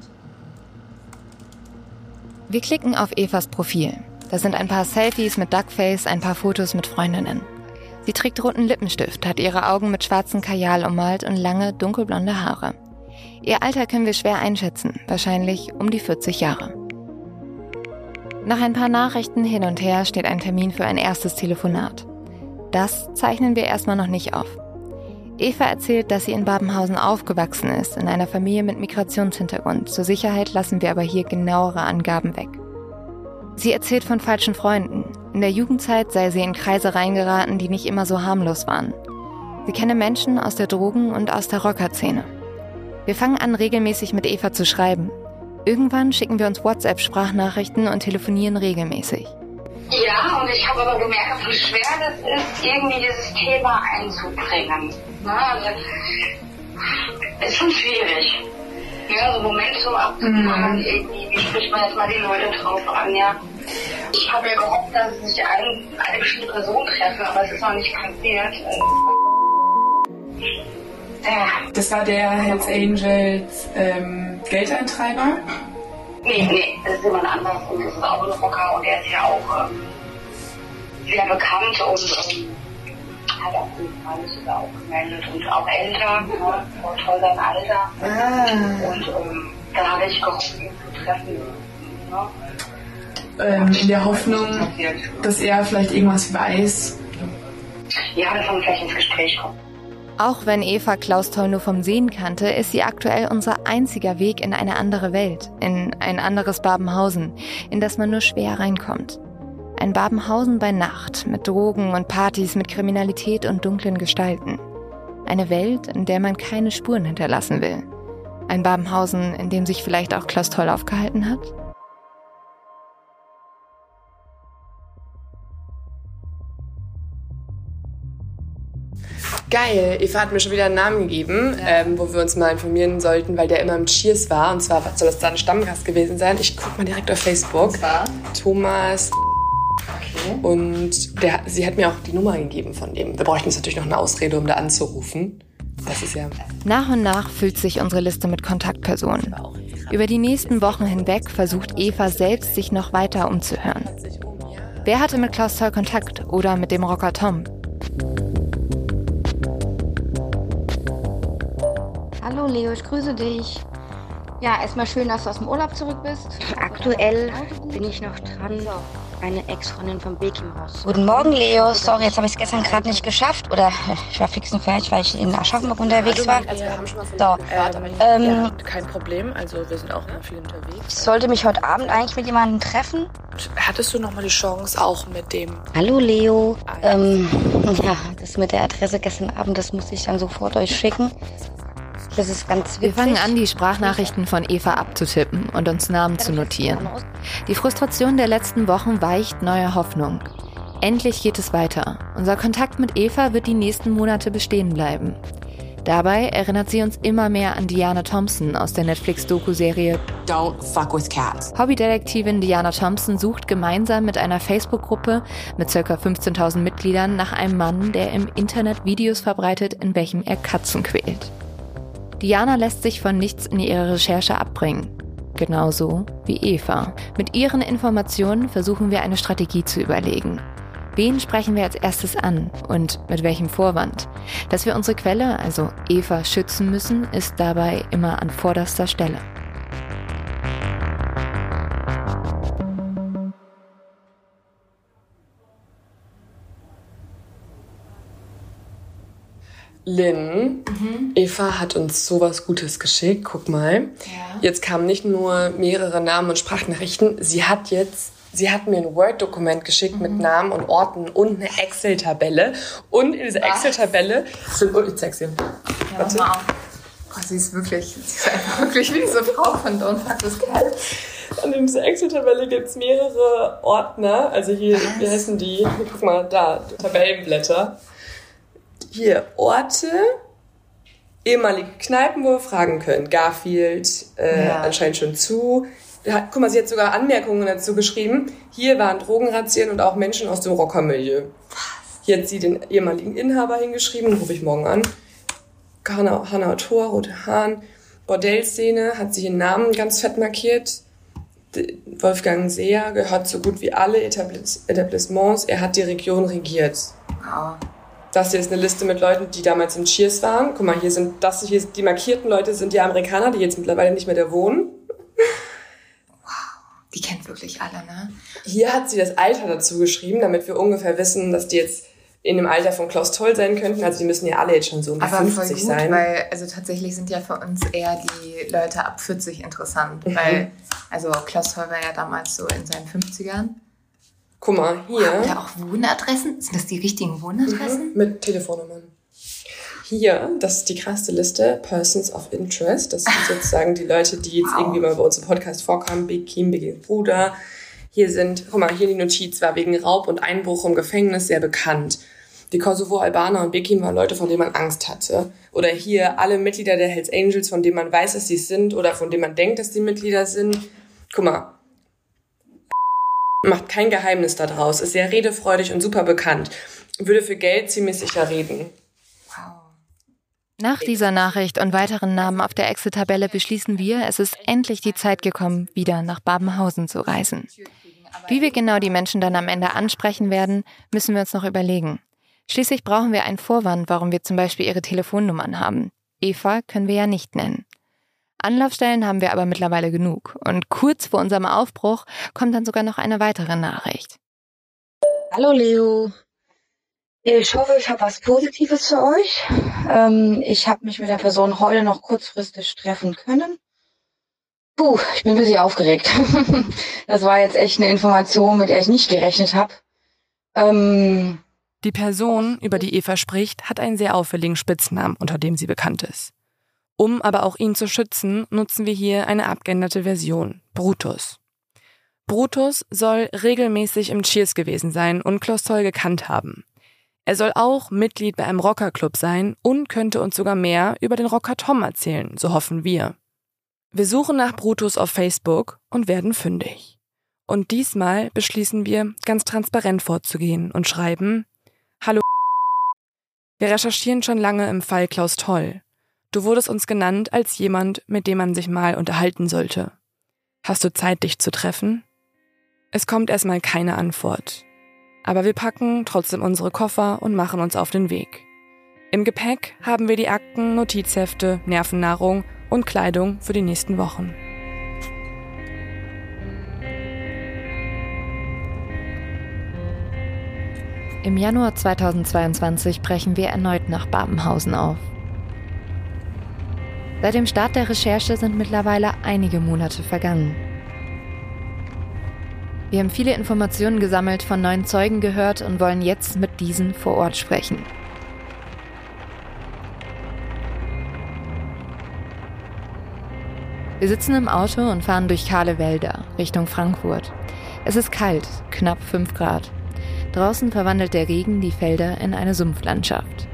Wir klicken auf Evas Profil. Da sind ein paar Selfies mit Duckface, ein paar Fotos mit Freundinnen. Sie trägt roten Lippenstift, hat ihre Augen mit schwarzem Kajal ummalt und lange, dunkelblonde Haare. Ihr Alter können wir schwer einschätzen, wahrscheinlich um die vierzig Jahre. Nach ein paar Nachrichten hin und her steht ein Termin für ein erstes Telefonat. Das zeichnen wir erstmal noch nicht auf. Eva erzählt, dass sie in Babenhausen aufgewachsen ist, in einer Familie mit Migrationshintergrund. Zur Sicherheit lassen wir aber hier genauere Angaben weg. Sie erzählt von falschen Freunden. In der Jugendzeit sei sie in Kreise reingeraten, die nicht immer so harmlos waren. Sie kenne Menschen aus der Drogen- und aus der Rockerszene. Wir fangen an, regelmäßig mit Eva zu schreiben. Irgendwann schicken wir uns WhatsApp-Sprachnachrichten und telefonieren regelmäßig. Ja, und ich habe aber gemerkt, wie schwer das ist, irgendwie dieses Thema einzubringen. Na, also, ist schon schwierig. Ja, so Momentum abzumachen, mhm. irgendwie, wie spricht man jetzt mal die Leute drauf an, ja. Ich habe ja gehofft, dass sich ein, eine bestimmte Person treffen, aber es ist noch nicht passiert. Ja. Das war der Hells Angels ähm, Geldeintreiber? Nee, nee, das ist jemand anderes und das ist auch ein Rocker und der ist ja auch ähm, sehr bekannt und ähm, hat auch ist auch gemeldet und auch älter, ne, vor toll sein Alter. Ah. Und ähm, da habe ich gehofft, ihn zu treffen. Ne? Ähm, in der Hoffnung, dass er vielleicht irgendwas weiß. Ja, dass man vielleicht ins Gespräch kommt. Auch wenn Eva Klaus Toll nur vom Sehen kannte, ist sie aktuell unser einziger Weg in eine andere Welt, in ein anderes Babenhausen, in das man nur schwer reinkommt. Ein Babenhausen bei Nacht, mit Drogen und Partys, mit Kriminalität und dunklen Gestalten. Eine Welt, in der man keine Spuren hinterlassen will. Ein Babenhausen, in dem sich vielleicht auch Klaus Toll aufgehalten hat? Geil, Eva hat mir schon wieder einen Namen gegeben, ja. ähm, wo wir uns mal informieren sollten, weil der immer im Cheers war. Und zwar soll das da ein Stammgast gewesen sein. Ich guck mal direkt auf Facebook. Und zwar? Thomas. Okay. Und der, sie hat mir auch die Nummer gegeben von dem. Wir bräuchten jetzt natürlich noch eine Ausrede, um da anzurufen. Das ist ja... Nach und nach füllt sich unsere Liste mit Kontaktpersonen. Über die nächsten Wochen hinweg versucht Eva selbst, sich noch weiter umzuhören. Wer hatte mit Klaus Toll Kontakt oder mit dem Rocker Tom? Hallo Leo, ich grüße dich. Ja, erstmal schön, dass du aus dem Urlaub zurück bist. Aktuell bin ich noch dran, eine Ex-Freundin vom Bekim raus. Guten Morgen Leo, sorry, jetzt habe ich es gestern gerade nicht geschafft. Oder ich war fix und fertig, weil ich in Aschaffenburg unterwegs war. Also wir haben schon mal so, ähm, ähm, ja, kein Problem, also wir sind auch immer viel unterwegs. Ich sollte mich heute Abend eigentlich mit jemandem treffen. Hattest du nochmal die Chance, auch mit dem... Hallo Leo, ähm, ja, das mit der Adresse gestern Abend, das musste ich dann sofort euch schicken. Das ist ganz witzig. Wir fangen an, die Sprachnachrichten von Eva abzutippen und uns Namen zu notieren. Die Frustration der letzten Wochen weicht neuer Hoffnung. Endlich geht es weiter. Unser Kontakt mit Eva wird die nächsten Monate bestehen bleiben. Dabei erinnert sie uns immer mehr an Diana Thompson aus der Netflix-Doku-Serie Don't Fuck with Cats. Hobbydetektivin Diana Thompson sucht gemeinsam mit einer Facebook-Gruppe mit ca. fünfzehntausend Mitgliedern nach einem Mann, der im Internet Videos verbreitet, in welchem er Katzen quält. Diana lässt sich von nichts in ihrer Recherche abbringen. Genauso wie Eva. Mit ihren Informationen versuchen wir eine Strategie zu überlegen. Wen sprechen wir als erstes an und mit welchem Vorwand? Dass wir unsere Quelle, also Eva, schützen müssen, ist dabei immer an vorderster Stelle. Lynn, mhm. Eva hat uns sowas Gutes geschickt. Guck mal. Ja. Jetzt kamen nicht nur mehrere Namen und Sprachnachrichten. Sie hat jetzt, sie hat mir ein Word-Dokument geschickt mhm. mit Namen und Orten und eine Excel-Tabelle. Und in dieser Excel-Tabelle sind, oh, ich zeig's dir. Ja, warte mal. Oh, sie ist wirklich, sie ist einfach wirklich wie diese Frau von Don't Fuck This Cat. Und in dieser Excel-Tabelle gibt's mehrere Ordner. Also hier, Was? wie heißen die? Guck mal, da, Tabellenblätter. Hier, Orte, ehemalige Kneipen, wo wir fragen können. Garfield, äh, ja. anscheinend schon zu. Hat, guck mal, sie hat sogar Anmerkungen dazu geschrieben. Hier waren Drogenrazzien und auch Menschen aus dem Rockermilieu. Hier hat sie den ehemaligen Inhaber hingeschrieben, rufe ich morgen an. Hanna, Hanna Thor, Rote Hahn. Bordellszene, hat sie ihren Namen ganz fett markiert. Wolfgang Seer gehört so gut wie alle Etablissements. Er hat die Region regiert. Wow. Das hier ist eine Liste mit Leuten, die damals im Cheers waren. Guck mal, hier sind das hier die markierten Leute sind die Amerikaner, die jetzt mittlerweile nicht mehr da wohnen. Wow, die kennt wirklich alle, ne? Hier hat sie das Alter dazu geschrieben, damit wir ungefähr wissen, dass die jetzt in dem Alter von Klaus Toll sein könnten. Also die müssen ja alle jetzt schon so um die fünfzig voll gut, sein. Weil also tatsächlich sind ja für uns eher die Leute ab vierzig interessant. Mhm. Weil also Klaus Toll war ja damals so in seinen fünfzigern. Guck mal, hier. Haben da auch Wohnadressen? Sind das die richtigen Wohnadressen? Mhm, mit Telefonnummern. Hier, das ist die krasse Liste, Persons of Interest. Das sind sozusagen die Leute, die jetzt wow. irgendwie mal bei uns im Podcast vorkamen. Big Kim, Big Bruder. Hier sind, guck mal, hier die Notiz war wegen Raub und Einbruch im Gefängnis sehr bekannt. Die Kosovo-Albaner und Big Kim waren Leute, von denen man Angst hatte. Oder hier alle Mitglieder der Hells Angels, von denen man weiß, dass sie es sind oder von denen man denkt, dass die Mitglieder sind. Guck mal. Macht kein Geheimnis daraus, ist sehr redefreudig und super bekannt. Würde für Geld ziemlich sicher reden. Wow. Nach dieser Nachricht und weiteren Namen auf der Excel-Tabelle beschließen wir, es ist endlich die Zeit gekommen, wieder nach Babenhausen zu reisen. Wie wir genau die Menschen dann am Ende ansprechen werden, müssen wir uns noch überlegen. Schließlich brauchen wir einen Vorwand, warum wir zum Beispiel ihre Telefonnummern haben. Eva können wir ja nicht nennen. Anlaufstellen haben wir aber mittlerweile genug. Und kurz vor unserem Aufbruch kommt dann sogar noch eine weitere Nachricht. Hallo Leo. Ich hoffe, ich habe was Positives für euch. Ähm, ich habe mich mit der Person heute noch kurzfristig treffen können. Puh, ich bin ein bisschen aufgeregt. Das war jetzt echt eine Information, mit der ich nicht gerechnet habe. Ähm, die Person, über die Eva spricht, hat einen sehr auffälligen Spitznamen, unter dem sie bekannt ist. Um aber auch ihn zu schützen, nutzen wir hier eine abgeänderte Version, Brutus. Brutus soll regelmäßig im Cheers gewesen sein und Klaus Toll gekannt haben. Er soll auch Mitglied bei einem Rockerclub sein und könnte uns sogar mehr über den Rocker Tom erzählen, so hoffen wir. Wir suchen nach Brutus auf Facebook und werden fündig. Und diesmal beschließen wir, ganz transparent vorzugehen und schreiben: Hallo, wir recherchieren schon lange im Fall Klaus Toll. Du wurdest uns genannt als jemand, mit dem man sich mal unterhalten sollte. Hast du Zeit, dich zu treffen? Es kommt erstmal keine Antwort. Aber wir packen trotzdem unsere Koffer und machen uns auf den Weg. Im Gepäck haben wir die Akten, Notizhefte, Nervennahrung und Kleidung für die nächsten Wochen. Im Januar zweitausendzweiundzwanzig brechen wir erneut nach Babenhausen auf. Seit dem Start der Recherche sind mittlerweile einige Monate vergangen. Wir haben viele Informationen gesammelt, von neuen Zeugen gehört und wollen jetzt mit diesen vor Ort sprechen. Wir sitzen im Auto und fahren durch kahle Wälder Richtung Frankfurt. Es ist kalt, knapp fünf Grad. Draußen verwandelt der Regen die Felder in eine Sumpflandschaft.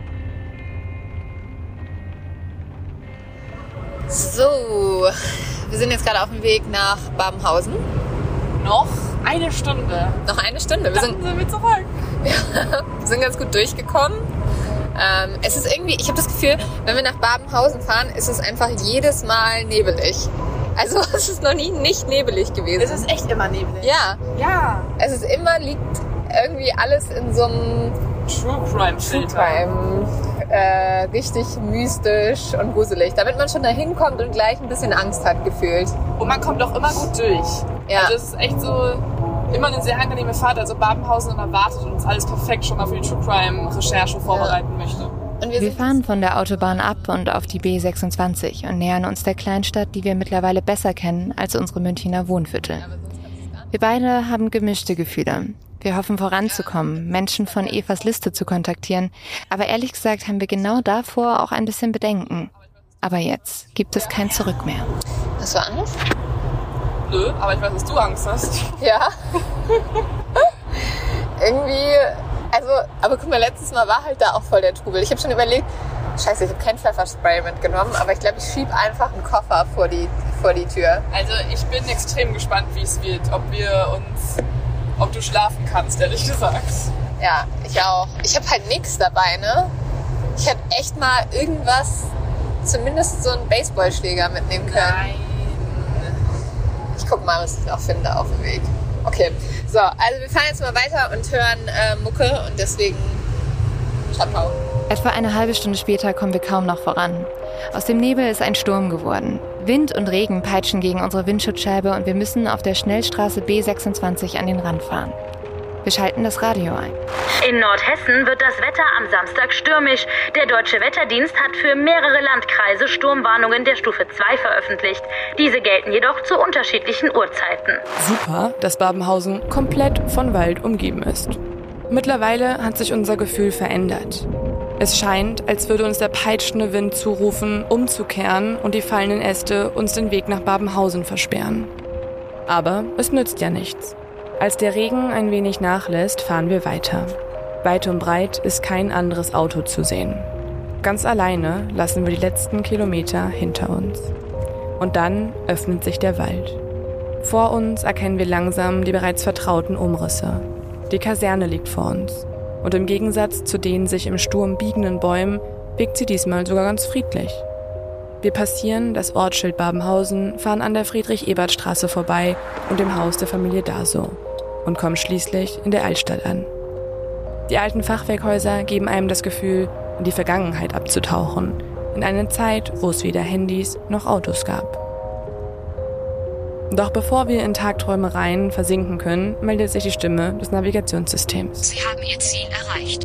So, wir sind jetzt gerade auf dem Weg nach Babenhausen. Noch eine Stunde. Noch eine Stunde. Wir Dann sind, sind wir zurück. Ja, wir sind ganz gut durchgekommen. Ähm, es ist irgendwie, ich habe das Gefühl, wenn wir nach Babenhausen fahren, ist es einfach jedes Mal nebelig. Also es ist noch nie nicht nebelig gewesen. Es ist echt immer nebelig. Ja. Ja. Es ist immer liegt, irgendwie alles in so einem True Crime True Crime äh, richtig mystisch und gruselig, damit man schon da hinkommt und gleich ein bisschen Angst hat gefühlt. Und man kommt auch immer gut durch. Ja. Also es ist echt so immer eine sehr angenehme Fahrt. Also Babenhausen erwartet uns alles perfekt schon mal für die True Crime Recherche vorbereiten ja. möchte. Und wir, wir fahren von der Autobahn ab und auf die B sechsundzwanzig und nähern uns der Kleinstadt, die wir mittlerweile besser kennen als unsere Münchner Wohnviertel. Wir beide haben gemischte Gefühle. Wir hoffen voranzukommen, Menschen von Evas Liste zu kontaktieren, aber ehrlich gesagt haben wir genau davor auch ein bisschen Bedenken. Aber jetzt gibt es kein Zurück mehr. Hast du Angst? Nö, aber ich weiß, dass du Angst hast. Ja. Irgendwie, also, aber guck mal, letztes Mal war halt da auch voll der Trubel. Ich habe schon überlegt, scheiße, ich habe kein Pfefferspray mitgenommen, aber ich glaube, ich schieb einfach einen Koffer vor die, vor die Tür. Also ich bin extrem gespannt, wie es wird, ob wir uns, ob du schlafen kannst, ehrlich gesagt. Ja, ich auch. Ich habe halt nichts dabei, ne? Ich hätte echt mal irgendwas, zumindest so einen Baseballschläger mitnehmen können. Nein. Ich guck mal, was ich noch finde auf dem Weg. Okay, so, also wir fahren jetzt mal weiter und hören äh, Mucke und deswegen Chapeau. Etwa eine halbe Stunde später kommen wir kaum noch voran. Aus dem Nebel ist ein Sturm geworden. Wind und Regen peitschen gegen unsere Windschutzscheibe und wir müssen auf der Schnellstraße B sechsundzwanzig an den Rand fahren. Wir schalten das Radio ein. In Nordhessen wird das Wetter am Samstag stürmisch. Der Deutsche Wetterdienst hat für mehrere Landkreise Sturmwarnungen der Stufe zwei veröffentlicht. Diese gelten jedoch zu unterschiedlichen Uhrzeiten. Super, dass Babenhausen komplett von Wald umgeben ist. Mittlerweile hat sich unser Gefühl verändert. Es scheint, als würde uns der peitschende Wind zurufen, umzukehren und die fallenden Äste uns den Weg nach Babenhausen versperren. Aber es nützt ja nichts. Als der Regen ein wenig nachlässt, fahren wir weiter. Weit und breit ist kein anderes Auto zu sehen. Ganz alleine lassen wir die letzten Kilometer hinter uns. Und dann öffnet sich der Wald. Vor uns erkennen wir langsam die bereits vertrauten Umrisse. Die Kaserne liegt vor uns. Und im Gegensatz zu den sich im Sturm biegenden Bäumen wirkt sie diesmal sogar ganz friedlich. Wir passieren das Ortsschild Babenhausen, fahren an der Friedrich-Ebert-Straße vorbei und dem Haus der Familie Daso und kommen schließlich in der Altstadt an. Die alten Fachwerkhäuser geben einem das Gefühl, in die Vergangenheit abzutauchen, in eine Zeit, wo es weder Handys noch Autos gab. Doch bevor wir in Tagträumereien versinken können, meldet sich die Stimme des Navigationssystems. Sie haben Ihr Ziel erreicht.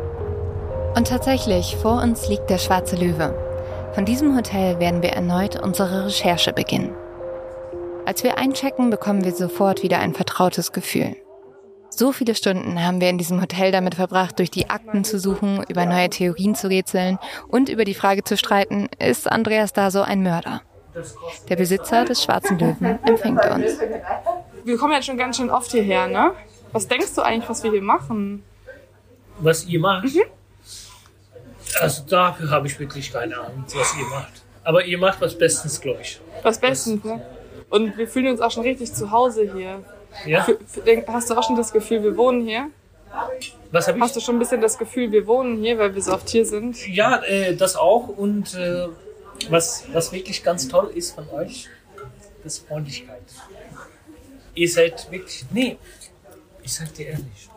Und tatsächlich, vor uns liegt der Schwarze Löwe. Von diesem Hotel werden wir erneut unsere Recherche beginnen. Als wir einchecken, bekommen wir sofort wieder ein vertrautes Gefühl. So viele Stunden haben wir in diesem Hotel damit verbracht, durch die Akten zu suchen, über neue Theorien zu rätseln und über die Frage zu streiten, ist Andreas Daso ein Mörder? Der Besitzer des Schwarzen Löwen empfängt uns. Wir kommen jetzt schon ganz schön oft hierher, ne? Was denkst du eigentlich, was wir hier machen? Was ihr macht? Mhm. Also dafür habe ich wirklich keine Ahnung, was ihr macht. Aber ihr macht was Bestens, glaube ich. Was Bestens, ne? Und wir fühlen uns auch schon richtig zu Hause hier. Ja? F- f- hast du auch schon das Gefühl, wir wohnen hier? Was habe ich? Hast du schon ein bisschen das Gefühl, wir wohnen hier, weil wir so oft hier sind? Ja, äh, das auch. Und äh, was, was wirklich ganz toll ist von euch, das ist Freundlichkeit. Ihr seid wirklich, nee, ich sag dir ehrlich,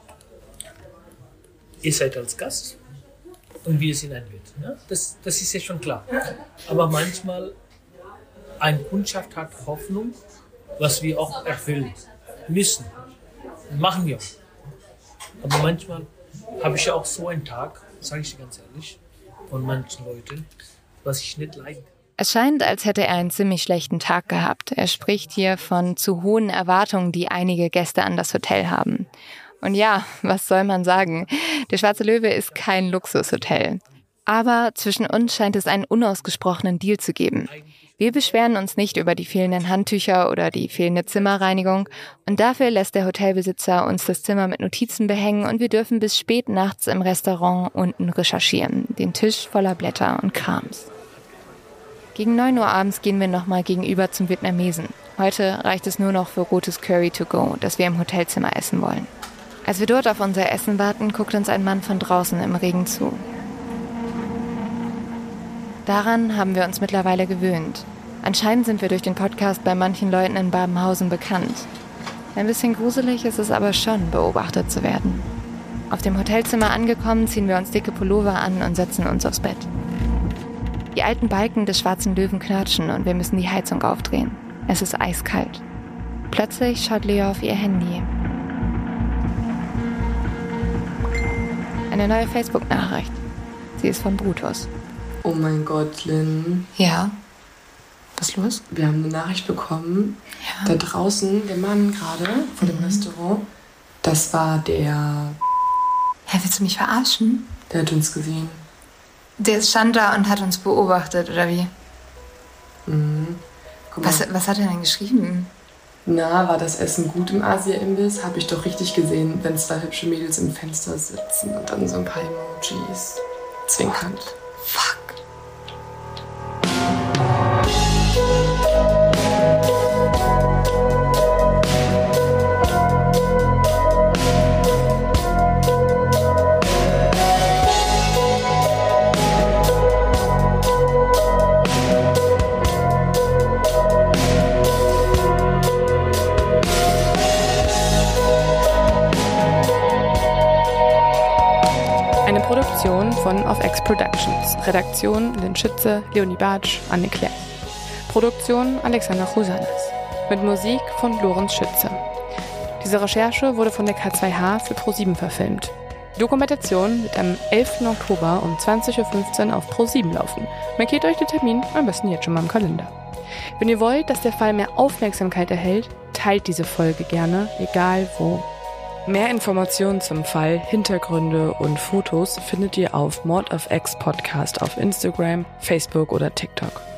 ihr seid als Gast und wir sind ein Wirt. Ne? Das, das ist ja schon klar. Aber manchmal, eine Kundschaft hat Hoffnung, was wir auch erfüllen müssen. Machen wir. Aber manchmal habe ich ja auch so einen Tag, sage ich dir ganz ehrlich, von manchen Leuten, was ich nicht leide. Es scheint, als hätte er einen ziemlich schlechten Tag gehabt. Er spricht hier von zu hohen Erwartungen, die einige Gäste an das Hotel haben. Und ja, was soll man sagen? Der Schwarze Löwe ist kein Luxushotel. Aber zwischen uns scheint es einen unausgesprochenen Deal zu geben. Wir beschweren uns nicht über die fehlenden Handtücher oder die fehlende Zimmerreinigung. Und dafür lässt der Hotelbesitzer uns das Zimmer mit Notizen behängen und wir dürfen bis spät nachts im Restaurant unten recherchieren. Den Tisch voller Blätter und Krams. Gegen neun Uhr abends gehen wir nochmal gegenüber zum Vietnamesen. Heute reicht es nur noch für rotes Curry to go, das wir im Hotelzimmer essen wollen. Als wir dort auf unser Essen warten, guckt uns ein Mann von draußen im Regen zu. Daran haben wir uns mittlerweile gewöhnt. Anscheinend sind wir durch den Podcast bei manchen Leuten in Babenhausen bekannt. Ein bisschen gruselig ist es aber schon, beobachtet zu werden. Auf dem Hotelzimmer angekommen, ziehen wir uns dicke Pullover an und setzen uns aufs Bett. Die alten Balken des Schwarzen Löwen knatschen und wir müssen die Heizung aufdrehen. Es ist eiskalt. Plötzlich schaut Leo auf ihr Handy. Eine neue Facebook-Nachricht. Sie ist von Brutus. Oh mein Gott, Lynn. Ja? Was ist los? Wir haben eine Nachricht bekommen. Ja. Da draußen, der Mann gerade vor dem mhm. Restaurant, das war der... Hä, willst du mich verarschen? Der hat uns gesehen. Der stand da und hat uns beobachtet, oder wie? Mhm. Was, was hat er denn geschrieben? Na, war das Essen gut im Asia-Imbiss? Hab ich doch richtig gesehen, wenn zwei hübsche Mädels im Fenster sitzen und dann so ein paar Emojis zwinkernd. Fuck. Produktion von Of X Productions. Redaktion Lynn Schütze, Leonie Bartsch, Anne Kleff. Produktion Alexander Chusanis. Mit Musik von Lorenz Schütze. Diese Recherche wurde von der K zwei H für ProSieben verfilmt. Die Dokumentation wird am elften Oktober um zwanzig Uhr fünfzehn auf ProSieben laufen. Markiert euch den Termin am besten jetzt schon mal im Kalender. Wenn ihr wollt, dass der Fall mehr Aufmerksamkeit erhält, teilt diese Folge gerne, egal wo. Mehr Informationen zum Fall, Hintergründe und Fotos findet ihr auf Mord of X Podcast auf Instagram, Facebook oder TikTok.